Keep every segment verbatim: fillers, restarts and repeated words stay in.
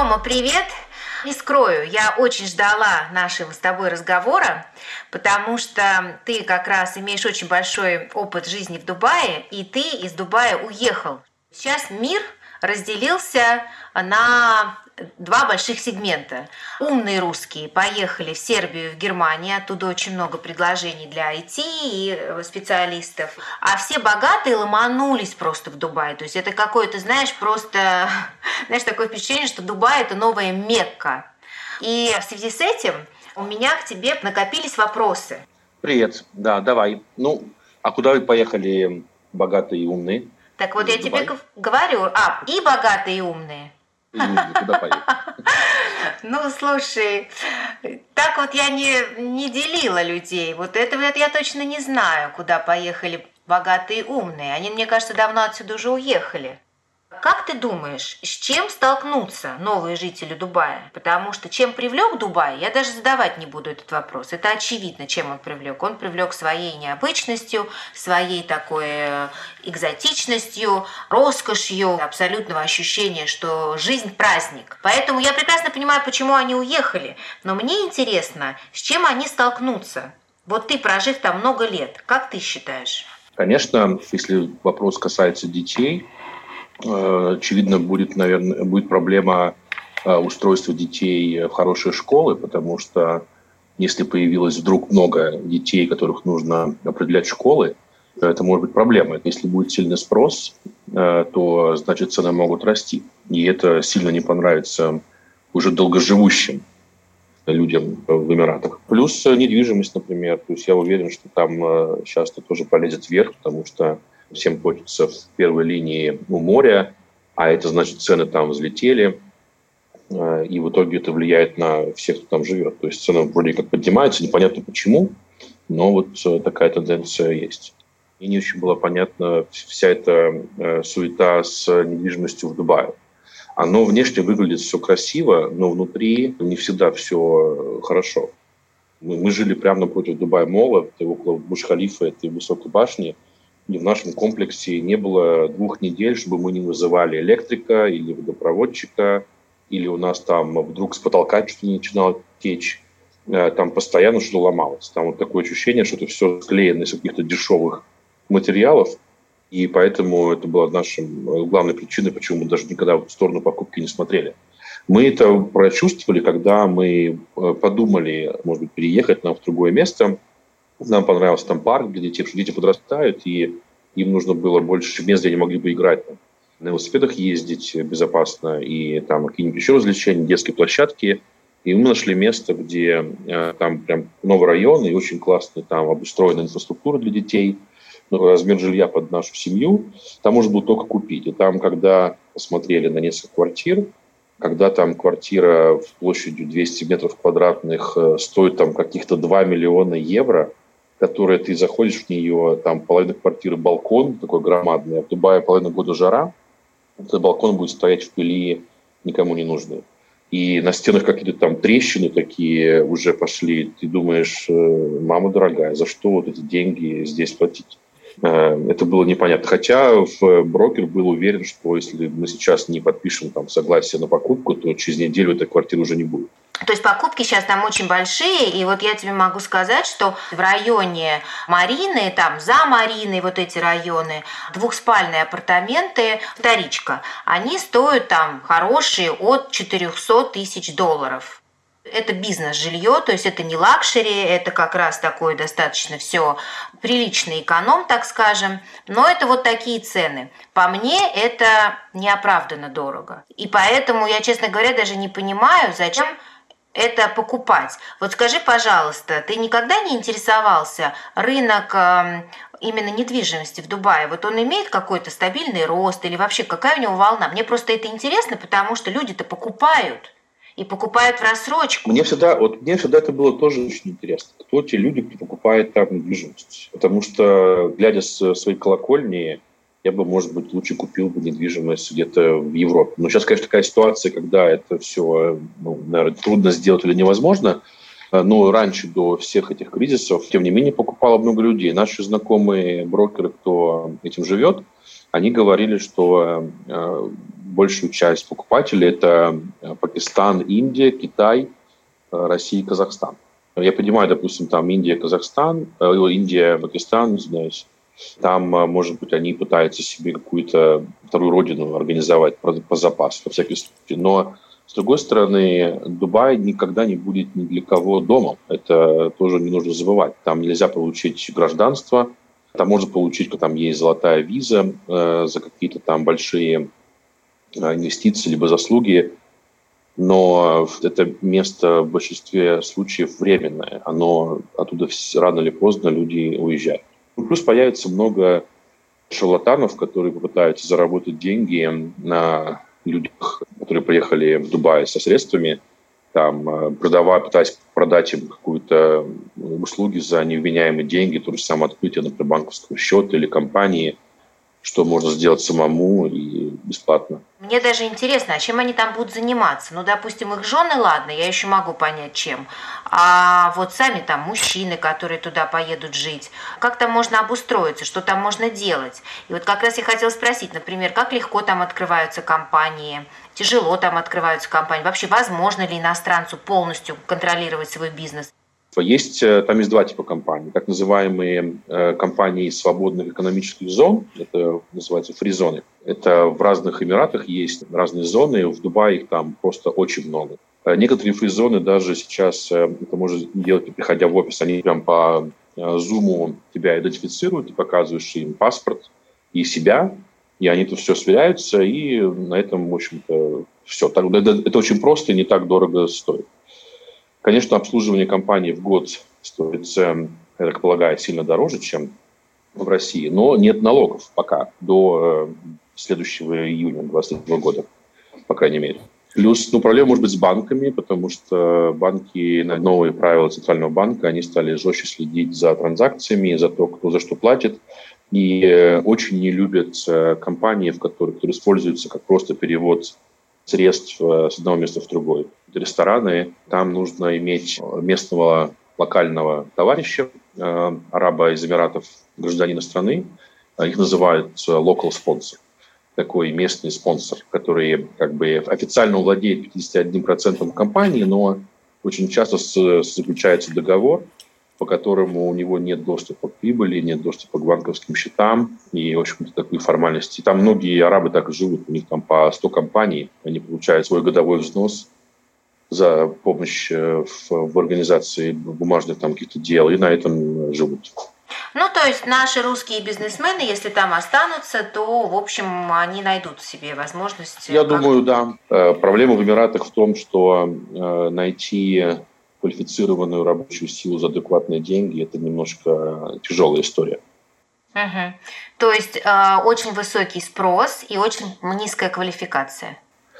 Рома, привет! Не скрою, я очень ждала нашего с тобой разговора, потому что ты как раз имеешь очень большой опыт жизни в Дубае, и ты из Дубая уехал. Сейчас мир разделился на два больших сегмента. Умные русские поехали в Сербию, в Германию, оттуда очень много предложений для ай ти и специалистов. А все богатые ломанулись просто в Дубай. То есть это какое-то, знаешь, просто, знаешь, такое впечатление, что Дубай – это новая Мекка. И в связи с этим у меня к тебе накопились вопросы. Привет, да, давай. Ну, а куда вы поехали, богатые и умные? Так вот я тебе говорю, а, и богатые и умные. И куда поехали? Ну, слушай, так вот я не, не делила людей. Вот этого я точно не знаю, куда поехали богатые и умные. Они, мне кажется, давно отсюда уже уехали. Как ты думаешь, с чем столкнутся новые жители Дубая? Потому что чем привлек Дубай, я даже задавать не буду этот вопрос. Это очевидно, чем он привлек. Он привлек своей необычностью, своей такой экзотичностью, роскошью, абсолютного ощущения, что жизнь праздник. Поэтому я прекрасно понимаю, почему они уехали. Но мне интересно, с чем они столкнутся? Вот ты, прожив там много лет, как ты считаешь? Конечно, если вопрос касается детей, очевидно, будет, наверное, будет проблема устройства детей в хорошие школы, потому что если появилось вдруг много детей, которых нужно определять в школы, это может быть проблема. Если будет сильный спрос, то, значит, цены могут расти. И это сильно не понравится уже долгоживущим людям в Эмиратах. Плюс недвижимость, например. То есть я уверен, что там часто тоже полезет вверх, потому что всем хочется в первой линии у моря, а это значит, цены там взлетели, и в итоге это влияет на всех, кто там живет. То есть цены вроде как поднимаются, непонятно почему, но вот такая тенденция есть. И не очень была понятна вся эта суета с недвижимостью в Дубае. Оно внешне выглядит все красиво, но внутри не всегда все хорошо. Мы, мы жили прямо напротив Дубай-молла, это около Бурдж-Халифа, этой высокой башни. И в нашем комплексе не было двух недель, чтобы мы не вызывали электрика или водопроводчика, или у нас там вдруг с потолка что-то начинало течь. Там постоянно что-то ломалось. Там вот такое ощущение, что это все склеено из каких-то дешевых материалов. И поэтому это была наша главной причиной, почему мы даже никогда в сторону покупки не смотрели. Мы это прочувствовали, когда мы подумали, может быть, переехать нам в другое место. Нам понравился там парк для детей, потому что дети подрастают, и им нужно было больше мест, где они могли бы играть. На велосипедах ездить безопасно, и там какие-нибудь еще развлечения, детские площадки. И мы нашли место, где э, там прям новый район, и очень классно там обустроена инфраструктура для детей, размер жилья под нашу семью. Там можно было только купить. И там, когда посмотрели на несколько квартир, когда там квартира в площадью двести метров квадратных э, стоит там каких-то два миллиона евро, которые ты заходишь в нее, там половина квартиры балкон такой громадный, а в Дубае половина года жара, этот балкон будет стоять в пыли, никому не нужный. И на стенах какие-то там трещины такие уже пошли. Ты думаешь, мама дорогая, за что вот эти деньги здесь платить? Это было непонятно. Хотя брокер был уверен, что если мы сейчас не подпишем там согласие на покупку, то через неделю этой квартиры уже не будет. То есть покупки сейчас там очень большие, и вот я тебе могу сказать, что в районе Марины, там за Мариной, вот эти районы, двухспальные апартаменты, вторичка, они стоят там хорошие от четыреста тысяч долларов. Это бизнес-жилье, то есть это не лакшери, это как раз такой достаточно все приличный эконом, так скажем, но это вот такие цены. По мне это неоправданно дорого. И поэтому я, честно говоря, даже не понимаю, зачем это покупать. Вот скажи, пожалуйста, ты никогда не интересовался рынок именно недвижимости в Дубае? Вот он имеет какой-то стабильный рост или вообще какая у него волна? Мне просто это интересно, потому что люди-то покупают. И покупают в рассрочку. Мне всегда, вот мне всегда это было тоже очень интересно. Кто те люди, кто покупает там недвижимость? Потому что, глядя с своей колокольни, я бы, может быть, лучше купил бы недвижимость где-то в Европе. Но сейчас, конечно, такая ситуация, когда это все, ну, наверное, трудно сделать или невозможно. Но раньше, до всех этих кризисов, тем не менее, покупало много людей. Наши знакомые брокеры, кто этим живет, они говорили, что большую часть покупателей – это Пакистан, Индия, Китай, Россия и Казахстан. Я понимаю, допустим, там Индия, Казахстан, э, Индия, Пакистан, извиняюсь, там, может быть, они пытаются себе какую-то вторую родину организовать по запасу, во всякий случай. Но, с другой стороны, Дубай никогда не будет ни для кого домом. Это тоже не нужно забывать. Там нельзя получить гражданство, там можно получить, там есть золотая виза э, за какие-то там большие инвестиции либо заслуги. Но это место в большинстве случаев временное. Оно оттуда рано или поздно люди уезжают. Плюс появится много шарлатанов, которые попытаются заработать деньги на людях, которые приехали в Дубай со средствами, там, продавая, пытаясь продать им какую-то услуги за невменяемые деньги, то же самое открытие, например, банковского счета или компании, что можно сделать самому и бесплатно. Мне даже интересно, а чем они там будут заниматься? Ну, допустим, их жены, ладно, я еще могу понять, чем. А вот сами там мужчины, которые туда поедут жить, как там можно обустроиться, что там можно делать? И вот как раз я хотела спросить, например, как легко там открываются компании, тяжело там открываются компании, вообще возможно ли иностранцу полностью контролировать свой бизнес? Есть, там есть два типа компаний. Так называемые э, компании свободных экономических зон, это называется фри-зоны. Это в разных эмиратах есть разные зоны, в Дубае их там просто очень много. Некоторые фри-зоны даже сейчас, э, это можно делать, приходя в офис, они прям по зуму тебя идентифицируют, ты показываешь им паспорт и себя, и они тут все сверяются, и на этом, в общем-то, все. Это, это очень просто и не так дорого стоит. Конечно, обслуживание компании в год стоит, я так полагаю, сильно дороже, чем в России, но нет налогов пока, до следующего июня двадцать третьего года, по крайней мере. Плюс, ну, проблема может быть с банками, потому что банки, новые правила Центрального банка, они стали жестче следить за транзакциями, за то, кто за что платит, и очень не любят компании, в которых, которые используются как просто перевод средств с одного места в другое. Рестораны, там нужно иметь местного локального товарища, э, араба из Эмиратов, гражданина страны. Их называют local sponsor, такой местный спонсор, который как бы официально владеет пятьдесят один процент компании, но очень часто с, заключается договор, по которому у него нет доступа к прибыли, нет доступа к банковским счетам и, в общем-то, такой формальности. Там многие арабы так и живут, у них там по сто компаний, они получают свой годовой взнос за помощь в, в организации бумажных там каких-то дел, и на этом живут. Ну, то есть наши русские бизнесмены, если там останутся, то, в общем, они найдут себе возможность... Я как... думаю, да. Проблема в Эмиратах в том, что найти квалифицированную рабочую силу за адекватные деньги – это немножко тяжелая история. Угу. То есть э, очень высокий спрос и очень низкая квалификация.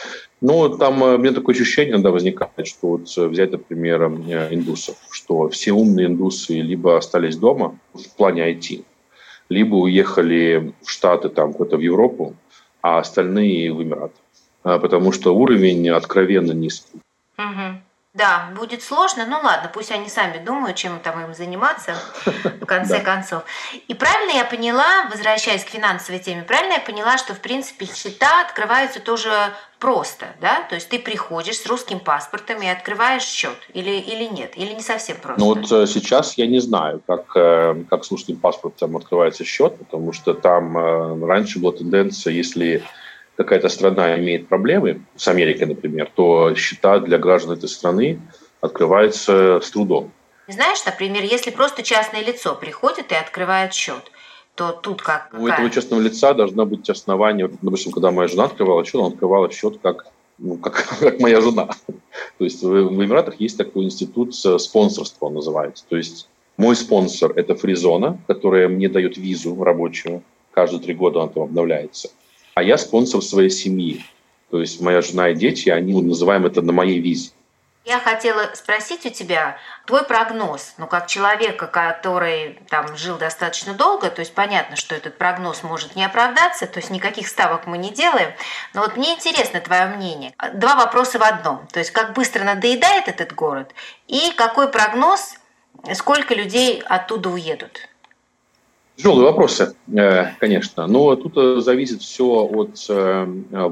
Ну, там у меня такое ощущение иногда возникает, что вот взять, например, индусов, что все умные индусы либо остались дома в плане ай ти, либо уехали в Штаты, там, куда-то в Европу, а остальные в Эмираты. Потому что уровень откровенно низкий. Угу. Да, будет сложно, ну ладно, пусть они сами думают, чем там им заниматься, в конце концов. И правильно я поняла, возвращаясь к финансовой теме, правильно я поняла, что, в принципе, счета открываются тоже просто, да? То есть ты приходишь с русским паспортом и открываешь счет, или, или нет, или не совсем просто? Ну вот сейчас я не знаю, как, как с русским паспортом открывается счет, потому что там раньше была тенденция, если какая-то страна имеет проблемы, с Америкой, например, то счета для граждан этой страны открываются с трудом. Знаешь, например, если просто частное лицо приходит и открывает счет, то тут как? У этого частного лица должно быть основание. Допустим, когда моя жена открывала счет, она открывала счет как, ну, как, как моя жена. То есть в, в Эмиратах есть такой институт спонсорства, он называется. То есть мой спонсор – это фри-зона, которая мне дает визу рабочую. Каждые три года она там обновляется. А я спонсор своей семьи. То есть моя жена и дети, они, ну, называем это на моей визе. Я хотела спросить у тебя твой прогноз, ну, как человека, который там жил достаточно долго, то есть понятно, что этот прогноз может не оправдаться, то есть никаких ставок мы не делаем, но вот мне интересно твое мнение. Два вопроса в одном, то есть как быстро надоедает этот город и какой прогноз, сколько людей оттуда уедут? Тяжелые вопросы, э, конечно, но тут э, зависит все от э,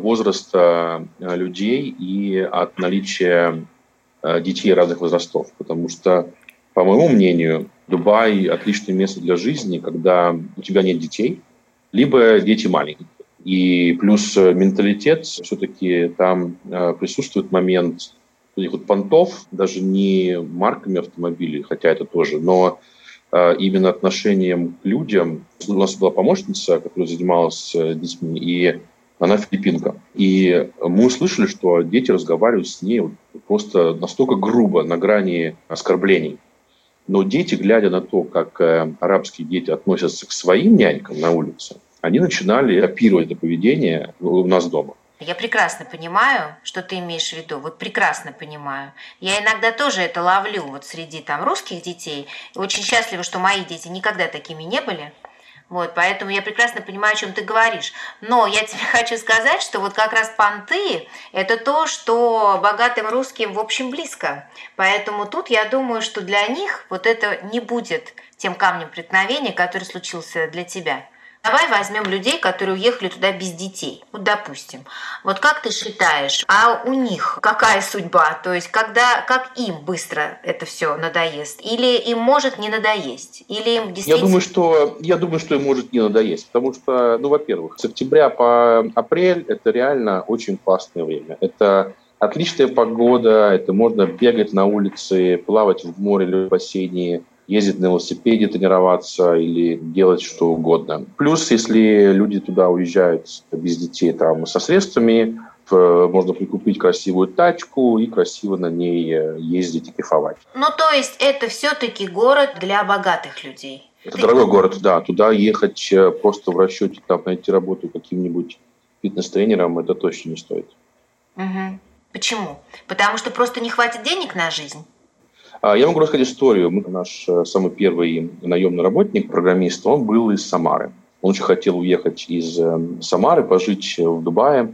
возраста э, людей и от наличия э, детей разных возрастов. Потому что, по моему мнению, Дубай – отличное место для жизни, когда у тебя нет детей, либо дети маленькие. И плюс э, менталитет, все-таки там э, присутствует момент этих вот понтов, даже не марками автомобилей, хотя это тоже, но э, именно отношением к людям. У нас была помощница, которая занималась э, детьми, и она филиппинка. И мы услышали, что дети разговаривают с ней вот просто настолько грубо, на грани оскорблений. Но дети, глядя на то, как э, арабские дети относятся к своим нянькам на улице, они начинали копировать это поведение у нас дома. Я прекрасно понимаю, что ты имеешь в виду. Вот прекрасно понимаю. Я иногда тоже это ловлю вот среди там русских детей. И очень счастлива, что мои дети никогда такими не были. Вот, поэтому я прекрасно понимаю, о чем ты говоришь. Но я тебе хочу сказать, что вот как раз понты – это то, что богатым русским, в общем, близко. Поэтому тут я думаю, что для них вот это не будет тем камнем преткновения, который случился для тебя. Давай возьмем людей, которые уехали туда без детей. Вот, допустим. Вот как ты считаешь, а у них какая судьба? То есть, когда, как им быстро это все надоест? Или им может не надоесть? Или им действительно... Я думаю, что, я думаю, что им может не надоесть. Потому что, ну, во-первых, с октября по апрель это реально очень классное время. Это отличная погода, это можно бегать на улице, плавать в море или в бассейне, ездить на велосипеде, тренироваться или делать что угодно. Плюс, если люди туда уезжают без детей, там, со средствами, можно прикупить красивую тачку и красиво на ней ездить и кайфовать. Ну, то есть это все-таки город для богатых людей. Это Ты... дорогой город, да. Туда ехать просто в расчете, там, найти работу каким-нибудь фитнес-тренером, это точно не стоит. Угу. Почему? Потому что просто не хватит денег на жизнь? Я могу рассказать историю. Наш самый первый наемный работник, программист, он был из Самары. Он очень хотел уехать из Самары, пожить в Дубае.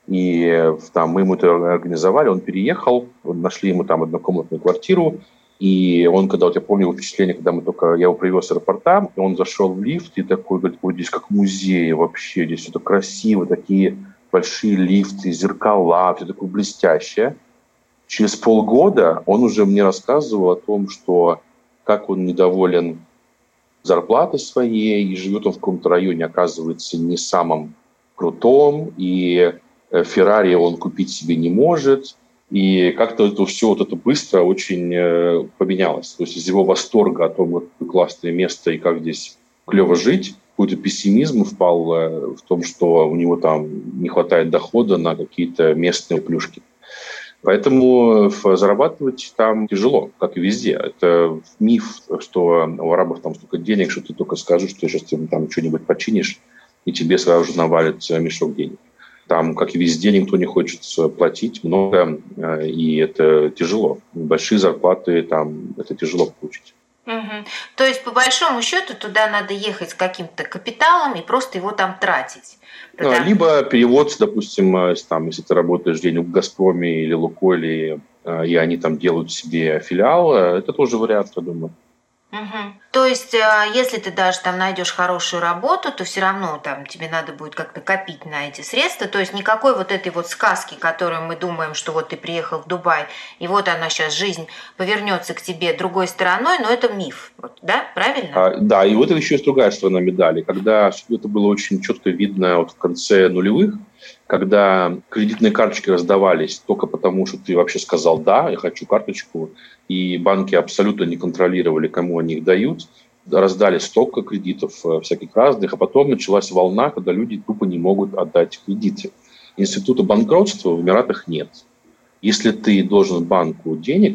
И там, мы ему это организовали, он переехал, нашли ему там однокомнатную квартиру. И он, когда, вот я помню его впечатление, когда мы только, я его привез с аэропорта, и он зашел в лифт и такой, говорит, ой, здесь как музей вообще, здесь все так красиво, такие большие лифты, зеркала, все такое блестящее. Через полгода он уже мне рассказывал о том, что как он недоволен зарплатой своей, и живет он в каком-то районе, оказывается, не самым крутом, и Феррари он купить себе не может, и как-то это все вот это быстро очень поменялось. То есть из его восторга о том, какое классное место и как здесь клево жить, какой-то пессимизм впал в том, что у него там не хватает дохода на какие-то местные плюшки. Поэтому зарабатывать там тяжело, как и везде. Это миф, что у арабов там столько денег, что ты только скажешь, что сейчас ты там что-нибудь починишь, и тебе сразу же навалит мешок денег. Там, как и везде, никто не хочет платить много, и это тяжело. Большие зарплаты там это тяжело получить. Угу. То есть, по большому счету, туда надо ехать с каким-то капиталом и просто его там тратить. Потому... Либо перевод, допустим, там, если ты работаешь где-нибудь в «Газпроме» или «Лукойле», и они там делают себе филиал, это тоже вариант, я думаю. Угу. То есть, если ты даже там найдешь хорошую работу, то все равно там тебе надо будет как-то копить на эти средства. То есть никакой вот этой вот сказки, которую мы думаем, что вот ты приехал в Дубай, и вот она сейчас, жизнь повернется к тебе другой стороной, но это миф, вот, да? Правильно? А, да, и вот это еще есть другая сторона медали. Когда это было очень четко видно вот в конце нулевых, когда кредитные карточки раздавались только потому, что ты вообще сказал «да, я хочу карточку», и банки абсолютно не контролировали, кому они их дают, раздали столько кредитов всяких разных, а потом началась волна, когда люди тупо не могут отдать кредиты. Института банкротства в Эмиратах нет. Если ты должен банку денег,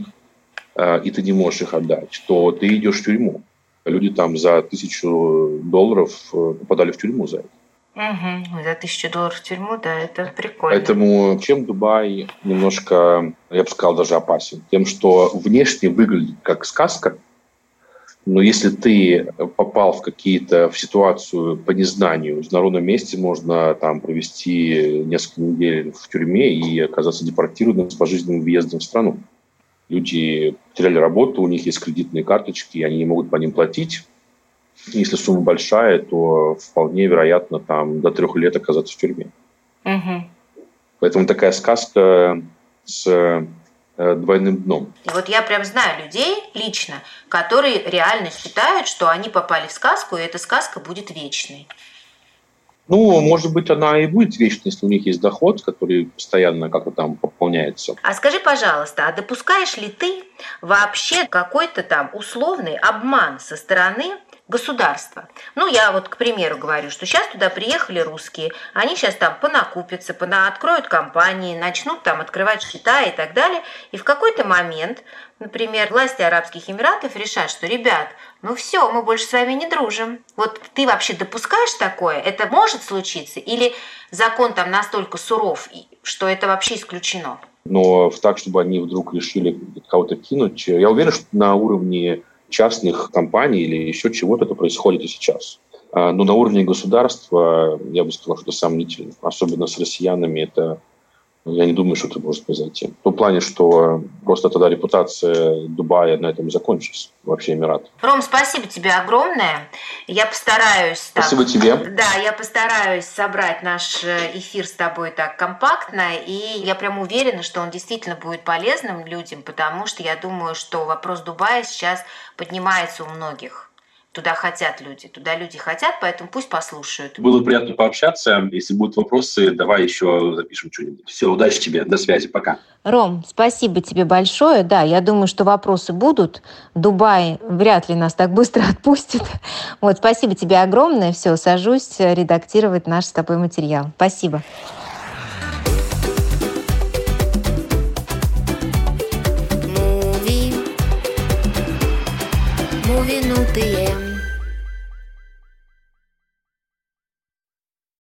и ты не можешь их отдать, то ты идешь в тюрьму. Люди там за тысячу долларов попадали в тюрьму за это. Угу, за тысячу долларов в тюрьму, да, это прикольно. Поэтому чем Дубай немножко, я бы сказал, даже опасен? Тем, что внешне выглядит как сказка, но если ты попал в какие-то в ситуацию по незнанию, в народном месте можно там провести несколько недель в тюрьме и оказаться депортированным с пожизненным въездом в страну. Люди потеряли работу, у них есть кредитные карточки, они не могут по ним платить. Если сумма большая, то вполне вероятно там до трех лет оказаться в тюрьме. Угу. Поэтому такая сказка с э, двойным дном. И вот я прям знаю людей лично, которые реально считают, что они попали в сказку, и эта сказка будет вечной. Ну, может быть, она и будет вечной, если у них есть доход, который постоянно как-то там пополняется. А скажи, пожалуйста, а допускаешь ли ты вообще какой-то там условный обман со стороны государства? Ну, я вот, к примеру, говорю, что сейчас туда приехали русские, они сейчас там понакупятся, пона- откроют компании, начнут там открывать счета и так далее, и в какой-то момент, например, власти Арабских Эмиратов решат, что, ребят, ну все, мы больше с вами не дружим. Вот ты вообще допускаешь такое? Это может случиться? Или закон там настолько суров, что это вообще исключено? Но так, чтобы они вдруг решили кого-то кинуть, я уверен, что на уровне частных компаний или еще чего-то это происходит и сейчас. Но на уровне государства, я бы сказал, что это сомнительно. Особенно с россиянами это, я не думаю, что это может произойти. В том плане, что просто тогда репутация Дубая на этом закончится, вообще Эмиратов. Ром, спасибо тебе огромное. Я постараюсь... Спасибо так, тебе. Да, я постараюсь собрать наш эфир с тобой так компактно, и я прям уверена, что он действительно будет полезным людям, потому что я думаю, что вопрос Дубая сейчас поднимается у многих. Туда хотят люди, туда люди хотят, поэтому пусть послушают. Было приятно пообщаться. Если будут вопросы, давай еще запишем что-нибудь. Все, удачи тебе, до связи, пока. Ром, спасибо тебе большое. Да, я думаю, что вопросы будут. Дубай вряд ли нас так быстро отпустит. Вот, спасибо тебе огромное. Все, сажусь редактировать наш с тобой материал. Спасибо. Movie, movie, ну ты